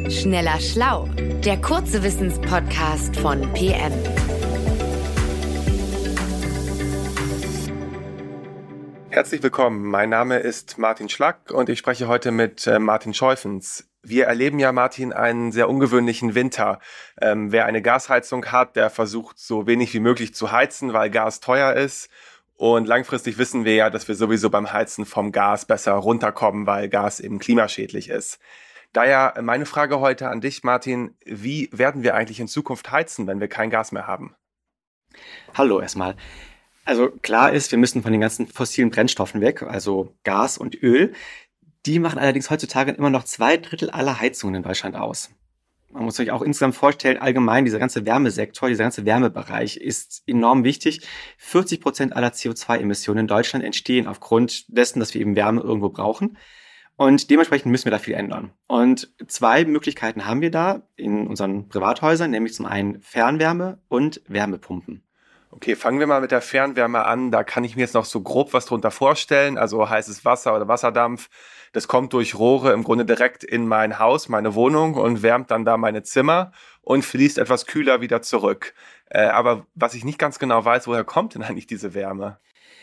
Schneller Schlau, der kurze Wissenspodcast von PM. Herzlich willkommen, mein Name ist Martin Schlack und ich spreche heute mit Martin Scheufens. Wir erleben ja, Martin, einen sehr ungewöhnlichen Winter. Wer eine Gasheizung hat, der versucht so wenig wie möglich zu heizen, weil Gas teuer ist. Und langfristig wissen wir ja, dass wir sowieso beim Heizen vom Gas besser runterkommen, weil Gas eben klimaschädlich ist. Daher meine Frage heute an dich, Martin, wie werden wir eigentlich in Zukunft heizen, wenn wir kein Gas mehr haben? Hallo erstmal. Also klar ist, wir müssen von den ganzen fossilen Brennstoffen weg, also Gas und Öl. Die machen allerdings heutzutage immer noch 2/3 aller Heizungen in Deutschland aus. Man muss sich auch insgesamt vorstellen, allgemein dieser ganze Wärmesektor, dieser ganze Wärmebereich ist enorm wichtig. 40% aller CO2-Emissionen in Deutschland entstehen aufgrund dessen, dass wir eben Wärme irgendwo brauchen. Und dementsprechend müssen wir da viel ändern. Und 2 Möglichkeiten haben wir da in unseren Privathäusern, nämlich zum einen Fernwärme und Wärmepumpen. Okay, fangen wir mal mit der Fernwärme an. Da kann ich mir jetzt noch so grob was drunter vorstellen. Also heißes Wasser oder Wasserdampf. Das kommt durch Rohre im Grunde direkt in mein Haus, meine Wohnung und wärmt dann da meine Zimmer und fließt etwas kühler wieder zurück. Aber was ich nicht ganz genau weiß, woher kommt denn eigentlich diese Wärme?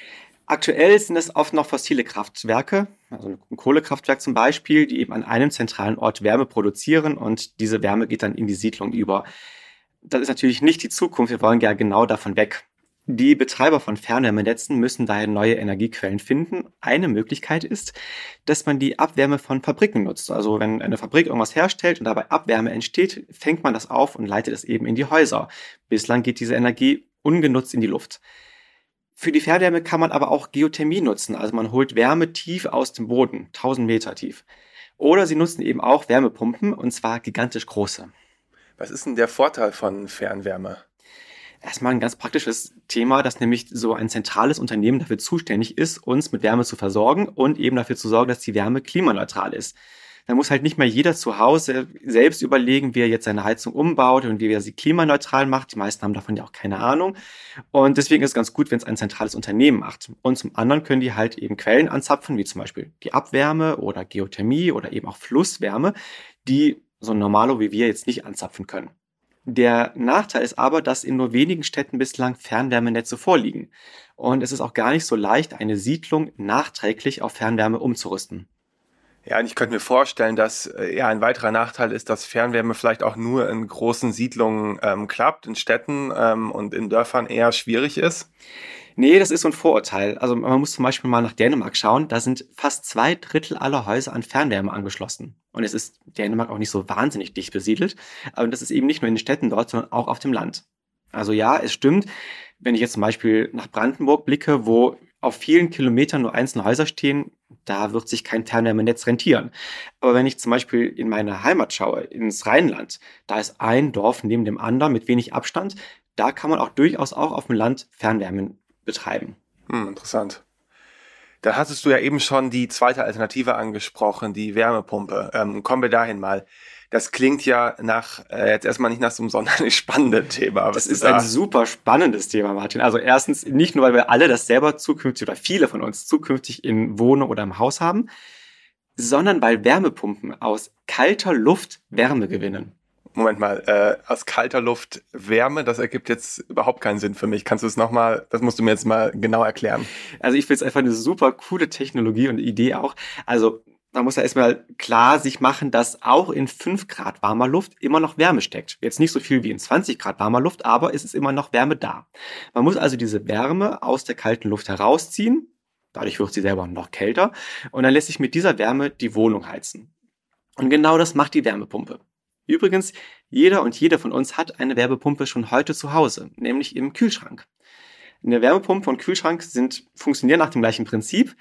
Aktuell sind es oft noch fossile Kraftwerke, also ein Kohlekraftwerk zum Beispiel, die eben an einem zentralen Ort Wärme produzieren und diese Wärme geht dann in die Siedlung über. Das ist natürlich nicht die Zukunft, wir wollen ja genau davon weg. Die Betreiber von Fernwärmenetzen müssen daher neue Energiequellen finden. Eine Möglichkeit ist, dass man die Abwärme von Fabriken nutzt. Also wenn eine Fabrik irgendwas herstellt und dabei Abwärme entsteht, fängt man das auf und leitet es eben in die Häuser. Bislang geht diese Energie ungenutzt in die Luft. Für die Fernwärme kann man aber auch Geothermie nutzen. Also man holt Wärme tief aus dem Boden, 1000 Meter tief. Oder sie nutzen eben auch Wärmepumpen und zwar gigantisch große. Was ist denn der Vorteil von Fernwärme? Erstmal ein ganz praktisches Thema, dass nämlich so ein zentrales Unternehmen dafür zuständig ist, uns mit Wärme zu versorgen und eben dafür zu sorgen, dass die Wärme klimaneutral ist. Da muss halt nicht mehr jeder zu Hause selbst überlegen, wie er jetzt seine Heizung umbaut und wie er sie klimaneutral macht. Die meisten haben davon ja auch keine Ahnung. Und deswegen ist es ganz gut, wenn es ein zentrales Unternehmen macht. Und zum anderen können die halt eben Quellen anzapfen, wie zum Beispiel die Abwärme oder Geothermie oder eben auch Flusswärme, die so ein Normalo wie wir jetzt nicht anzapfen können. Der Nachteil ist aber, dass in nur wenigen Städten bislang Fernwärmenetze vorliegen. Und es ist auch gar nicht so leicht, eine Siedlung nachträglich auf Fernwärme umzurüsten. Ja, und ich könnte mir vorstellen, dass ein weiterer Nachteil ist, dass Fernwärme vielleicht auch nur in großen Siedlungen klappt, in Städten und in Dörfern eher schwierig ist. Nee, das ist so ein Vorurteil. Also man muss zum Beispiel mal nach Dänemark schauen. Da sind fast 2/3 aller Häuser an Fernwärme angeschlossen. Und es ist Dänemark auch nicht so wahnsinnig dicht besiedelt. Aber das ist eben nicht nur in den Städten dort, sondern auch auf dem Land. Also ja, es stimmt. Wenn ich jetzt zum Beispiel nach Brandenburg blicke, wo auf vielen Kilometern nur einzelne Häuser stehen, da wird sich kein Fernwärmenetz rentieren. Aber wenn ich zum Beispiel in meine Heimat schaue, ins Rheinland, da ist ein Dorf neben dem anderen mit wenig Abstand, da kann man auch durchaus auch auf dem Land Fernwärme betreiben. Interessant. Da hattest du ja eben schon die zweite Alternative angesprochen, die Wärmepumpe. Kommen wir dahin mal. Das klingt ja nach, jetzt erstmal nicht nach so einem sonderlich spannenden Thema. Das ist ein super spannendes Thema, Martin. Also erstens, nicht nur, weil wir alle das selber zukünftig oder viele von uns zukünftig in Wohnung oder im Haus haben, sondern weil Wärmepumpen aus kalter Luft Wärme gewinnen. Moment mal, aus kalter Luft Wärme, das ergibt jetzt überhaupt keinen Sinn für mich. Kannst du es nochmal, das musst du mir jetzt mal genau erklären. Also ich finde es einfach eine super coole Technologie und Idee auch. Also man muss ja erstmal klar sich machen, dass auch in 5 Grad warmer Luft immer noch Wärme steckt. Jetzt nicht so viel wie in 20 Grad warmer Luft, aber es ist immer noch Wärme da. Man muss also diese Wärme aus der kalten Luft herausziehen. Dadurch wird sie selber noch kälter. Und dann lässt sich mit dieser Wärme die Wohnung heizen. Und genau das macht die Wärmepumpe. Übrigens, jeder und jede von uns hat eine Wärmepumpe schon heute zu Hause, nämlich im Kühlschrank. Eine Wärmepumpe und Kühlschrank funktionieren nach dem gleichen Prinzip.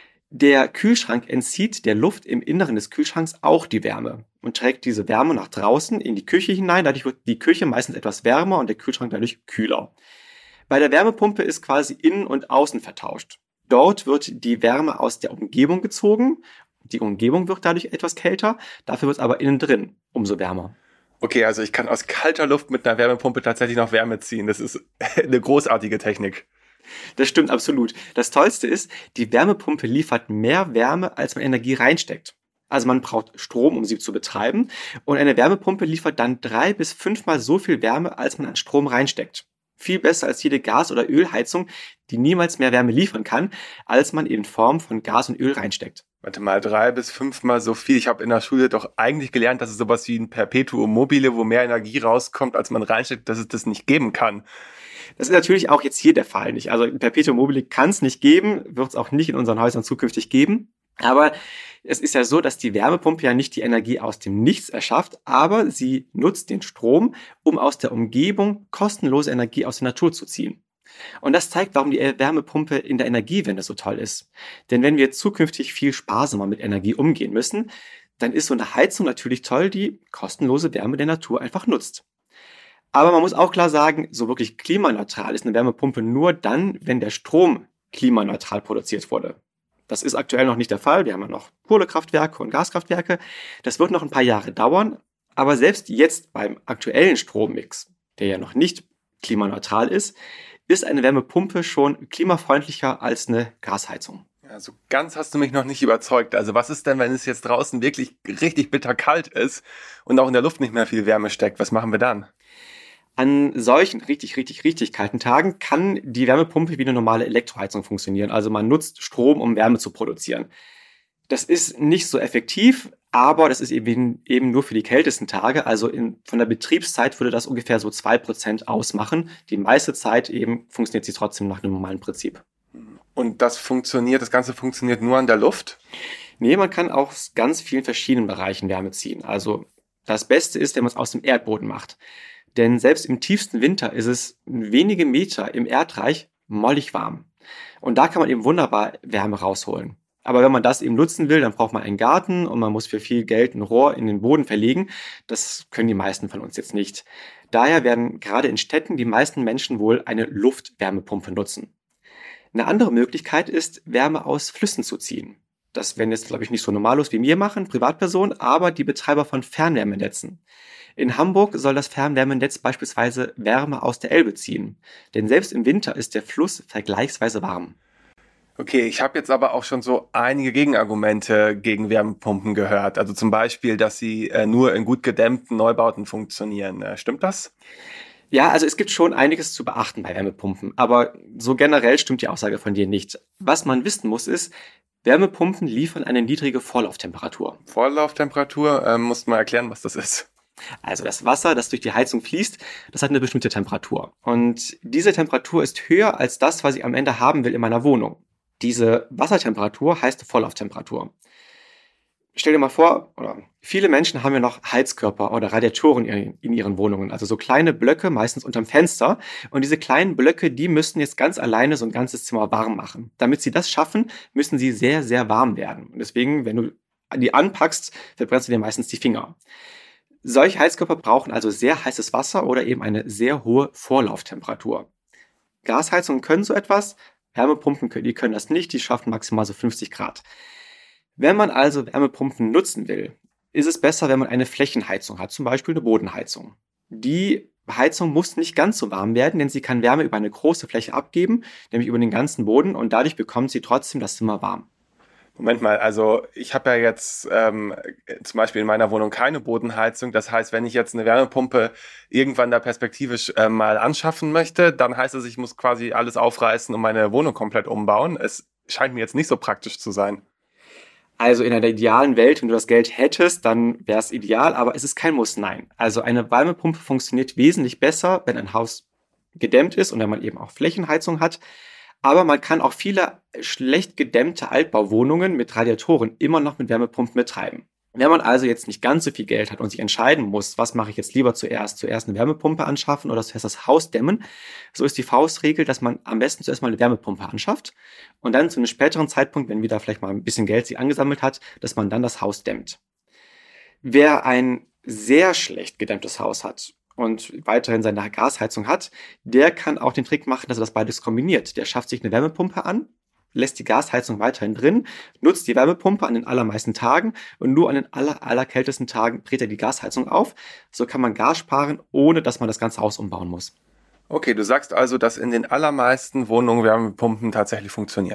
Der Kühlschrank entzieht der Luft im Inneren des Kühlschranks auch die Wärme und trägt diese Wärme nach draußen in die Küche hinein. Dadurch wird die Küche meistens etwas wärmer und der Kühlschrank dadurch kühler. Bei der Wärmepumpe ist quasi innen und außen vertauscht. Dort wird die Wärme aus der Umgebung gezogen. Die Umgebung wird dadurch etwas kälter, dafür wird es aber innen drin umso wärmer. Okay, also ich kann aus kalter Luft mit einer Wärmepumpe tatsächlich noch Wärme ziehen. Das ist eine großartige Technik. Das stimmt absolut. Das Tollste ist, die Wärmepumpe liefert mehr Wärme, als man Energie reinsteckt. Also man braucht Strom, um sie zu betreiben. Und eine Wärmepumpe liefert dann 3 bis 5 Mal so viel Wärme, als man an Strom reinsteckt. Viel besser als jede Gas- oder Ölheizung, die niemals mehr Wärme liefern kann, als man in Form von Gas und Öl reinsteckt. Warte mal, 3 bis 5 Mal so viel. Ich habe in der Schule doch eigentlich gelernt, dass es sowas wie ein Perpetuum mobile, wo mehr Energie rauskommt, als man reinsteckt, dass es das nicht geben kann. Das ist natürlich auch jetzt hier der Fall nicht. Also ein Perpetuum mobile kann es nicht geben, wird es auch nicht in unseren Häusern zukünftig geben. Aber es ist ja so, dass die Wärmepumpe ja nicht die Energie aus dem Nichts erschafft, aber sie nutzt den Strom, um aus der Umgebung kostenlose Energie aus der Natur zu ziehen. Und das zeigt, warum die Wärmepumpe in der Energiewende so toll ist. Denn wenn wir zukünftig viel sparsamer mit Energie umgehen müssen, dann ist so eine Heizung natürlich toll, die kostenlose Wärme der Natur einfach nutzt. Aber man muss auch klar sagen, so wirklich klimaneutral ist eine Wärmepumpe nur dann, wenn der Strom klimaneutral produziert wurde. Das ist aktuell noch nicht der Fall. Wir haben ja noch Kohlekraftwerke und Gaskraftwerke. Das wird noch ein paar Jahre dauern. Aber selbst jetzt beim aktuellen Strommix, der ja noch nicht klimaneutral ist eine Wärmepumpe schon klimafreundlicher als eine Gasheizung. Also ganz hast du mich noch nicht überzeugt. Also was ist denn, wenn es jetzt draußen wirklich richtig bitterkalt ist und auch in der Luft nicht mehr viel Wärme steckt? Was machen wir dann? An solchen richtig kalten Tagen kann die Wärmepumpe wie eine normale Elektroheizung funktionieren. Also man nutzt Strom, um Wärme zu produzieren. Das ist nicht so effektiv, aber das ist eben nur für die kältesten Tage. Also von der Betriebszeit würde das ungefähr so 2% ausmachen. Die meiste Zeit eben funktioniert sie trotzdem nach einem normalen Prinzip. Und das Ganze funktioniert nur an der Luft? Nee, man kann auch aus ganz vielen verschiedenen Bereichen Wärme ziehen. Also das Beste ist, wenn man es aus dem Erdboden macht. Denn selbst im tiefsten Winter ist es wenige Meter im Erdreich mollig warm. Und da kann man eben wunderbar Wärme rausholen. Aber wenn man das eben nutzen will, dann braucht man einen Garten und man muss für viel Geld ein Rohr in den Boden verlegen. Das können die meisten von uns jetzt nicht. Daher werden gerade in Städten die meisten Menschen wohl eine Luftwärmepumpe nutzen. Eine andere Möglichkeit ist, Wärme aus Flüssen zu ziehen. Das werden jetzt, glaube ich, nicht so normalos wie wir machen, Privatpersonen, aber die Betreiber von Fernwärmenetzen. In Hamburg soll das Fernwärmenetz beispielsweise Wärme aus der Elbe ziehen. Denn selbst im Winter ist der Fluss vergleichsweise warm. Okay, ich habe jetzt aber auch schon so einige Gegenargumente gegen Wärmepumpen gehört. Also zum Beispiel, dass sie nur in gut gedämmten Neubauten funktionieren. Stimmt das? Ja, also es gibt schon einiges zu beachten bei Wärmepumpen. Aber so generell stimmt die Aussage von dir nicht. Was man wissen muss ist, Wärmepumpen liefern eine niedrige Vorlauftemperatur. Vorlauftemperatur, musst du mal erklären, was das ist. Also das Wasser, das durch die Heizung fließt, das hat eine bestimmte Temperatur. Und diese Temperatur ist höher als das, was ich am Ende haben will in meiner Wohnung. Diese Wassertemperatur heißt Vorlauftemperatur. Stell dir mal vor, oder viele Menschen haben ja noch Heizkörper oder Radiatoren in ihren Wohnungen, also so kleine Blöcke, meistens unterm Fenster. Und diese kleinen Blöcke, die müssten jetzt ganz alleine so ein ganzes Zimmer warm machen. Damit sie das schaffen, müssen sie sehr, sehr warm werden. Und deswegen, wenn du die anpackst, verbrennst du dir meistens die Finger. Solche Heizkörper brauchen also sehr heißes Wasser oder eben eine sehr hohe Vorlauftemperatur. Gasheizungen können so etwas, Wärmepumpen die können das nicht, die schaffen maximal so 50 Grad. Wenn man also Wärmepumpen nutzen will, ist es besser, wenn man eine Flächenheizung hat, zum Beispiel eine Bodenheizung. Die Heizung muss nicht ganz so warm werden, denn sie kann Wärme über eine große Fläche abgeben, nämlich über den ganzen Boden, und dadurch bekommt sie trotzdem das Zimmer warm. Moment mal, also ich habe ja jetzt zum Beispiel in meiner Wohnung keine Bodenheizung. Das heißt, wenn ich jetzt eine Wärmepumpe irgendwann da perspektivisch mal anschaffen möchte, dann heißt es, ich muss quasi alles aufreißen und meine Wohnung komplett umbauen. Es scheint mir jetzt nicht so praktisch zu sein. Also in einer idealen Welt, wenn du das Geld hättest, dann wäre es ideal, aber es ist kein Muss, nein. Also eine Wärmepumpe funktioniert wesentlich besser, wenn ein Haus gedämmt ist und wenn man eben auch Flächenheizung hat. Aber man kann auch viele schlecht gedämmte Altbauwohnungen mit Radiatoren immer noch mit Wärmepumpen betreiben. Wenn man also jetzt nicht ganz so viel Geld hat und sich entscheiden muss, was mache ich jetzt lieber zuerst? Zuerst eine Wärmepumpe anschaffen oder zuerst das Haus dämmen? So ist die Faustregel, dass man am besten zuerst mal eine Wärmepumpe anschafft und dann zu einem späteren Zeitpunkt, wenn wieder vielleicht mal ein bisschen Geld sich angesammelt hat, dass man dann das Haus dämmt. Wer ein sehr schlecht gedämmtes Haus hat und weiterhin seine Gasheizung hat, der kann auch den Trick machen, dass er das beides kombiniert. Der schafft sich eine Wärmepumpe an, lässt die Gasheizung weiterhin drin, nutzt die Wärmepumpe an den allermeisten Tagen und nur an den allerkältesten Tagen dreht er die Gasheizung auf. So kann man Gas sparen, ohne dass man das ganze Haus umbauen muss. Okay, du sagst also, dass in den allermeisten Wohnungen Wärmepumpen tatsächlich funktionieren.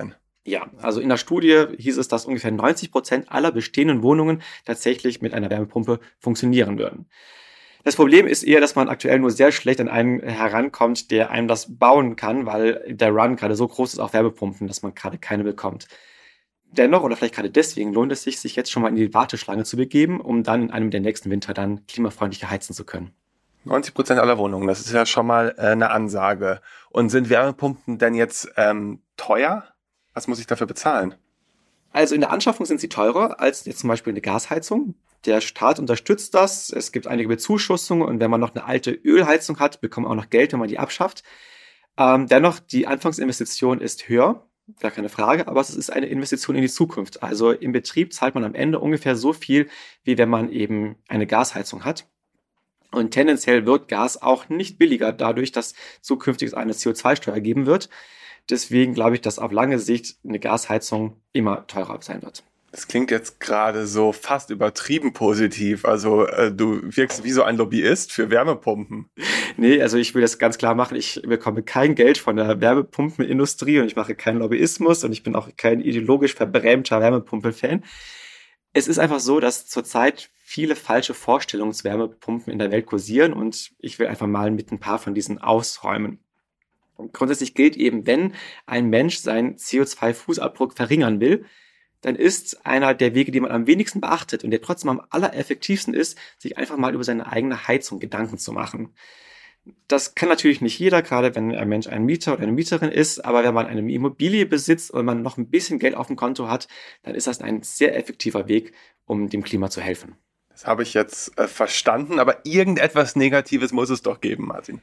Ja, also in der Studie hieß es, dass ungefähr 90% aller bestehenden Wohnungen tatsächlich mit einer Wärmepumpe funktionieren würden. Das Problem ist eher, dass man aktuell nur sehr schlecht an einen herankommt, der einem das bauen kann, weil der Run gerade so groß ist auf Wärmepumpen, dass man gerade keine bekommt. Dennoch, oder vielleicht gerade deswegen, lohnt es sich jetzt schon mal in die Warteschlange zu begeben, um dann in einem der nächsten Winter dann klimafreundlich heizen zu können. 90% aller Wohnungen, das ist ja schon mal eine Ansage. Und sind Wärmepumpen denn jetzt teuer? Was muss ich dafür bezahlen? Also in der Anschaffung sind sie teurer als jetzt zum Beispiel eine Gasheizung. Der Staat unterstützt das. Es gibt einige Bezuschussungen und wenn man noch eine alte Ölheizung hat, bekommt man auch noch Geld, wenn man die abschafft. Dennoch, die Anfangsinvestition ist höher, gar keine Frage, aber es ist eine Investition in die Zukunft. Also im Betrieb zahlt man am Ende ungefähr so viel, wie wenn man eben eine Gasheizung hat. Und tendenziell wird Gas auch nicht billiger dadurch, dass zukünftig eine CO2-Steuer geben wird. Deswegen glaube ich, dass auf lange Sicht eine Gasheizung immer teurer sein wird. Das klingt jetzt gerade so fast übertrieben positiv. Also du wirkst wie so ein Lobbyist für Wärmepumpen. Nee, also ich will das ganz klar machen. Ich bekomme kein Geld von der Wärmepumpenindustrie und ich mache keinen Lobbyismus und ich bin auch kein ideologisch verbrämter Wärmepumpe-Fan. Es ist einfach so, dass zurzeit viele falsche Vorstellungen zu Wärmepumpen in der Welt kursieren und ich will einfach mal mit ein paar von diesen ausräumen. Und grundsätzlich gilt eben, wenn ein Mensch seinen CO2-Fußabdruck verringern will, dann ist einer der Wege, die man am wenigsten beachtet und der trotzdem am allereffektivsten ist, sich einfach mal über seine eigene Heizung Gedanken zu machen. Das kann natürlich nicht jeder, gerade wenn ein Mensch ein Mieter oder eine Mieterin ist, aber wenn man eine Immobilie besitzt und man noch ein bisschen Geld auf dem Konto hat, dann ist das ein sehr effektiver Weg, um dem Klima zu helfen. Das habe ich jetzt verstanden, aber irgendetwas Negatives muss es doch geben, Martin.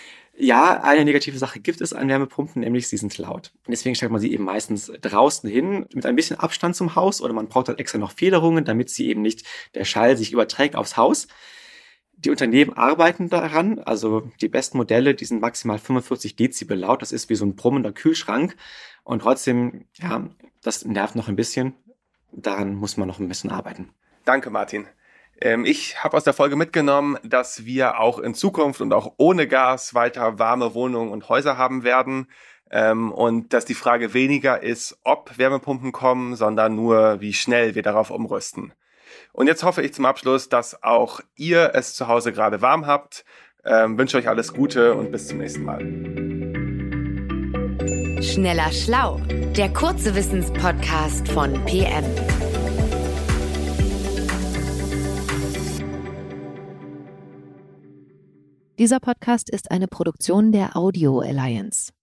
Ja, eine negative Sache gibt es an Wärmepumpen, nämlich sie sind laut. Und deswegen stellt man sie eben meistens draußen hin, mit ein bisschen Abstand zum Haus oder man braucht halt extra noch Federungen, damit sie eben nicht der Schall sich überträgt aufs Haus. Die Unternehmen arbeiten daran, also die besten Modelle, die sind maximal 45 Dezibel laut, das ist wie so ein brummender Kühlschrank und trotzdem, ja, das nervt noch ein bisschen, daran muss man noch ein bisschen arbeiten. Danke, Martin. Ich habe aus der Folge mitgenommen, dass wir auch in Zukunft und auch ohne Gas weiter warme Wohnungen und Häuser haben werden und dass die Frage weniger ist, ob Wärmepumpen kommen, sondern nur, wie schnell wir darauf umrüsten. Und jetzt hoffe ich zum Abschluss, dass auch ihr es zu Hause gerade warm habt. Wünsche euch alles Gute und bis zum nächsten Mal. Schneller Schlau, der kurze Wissenspodcast von PM. Dieser Podcast ist eine Produktion der Audio Alliance.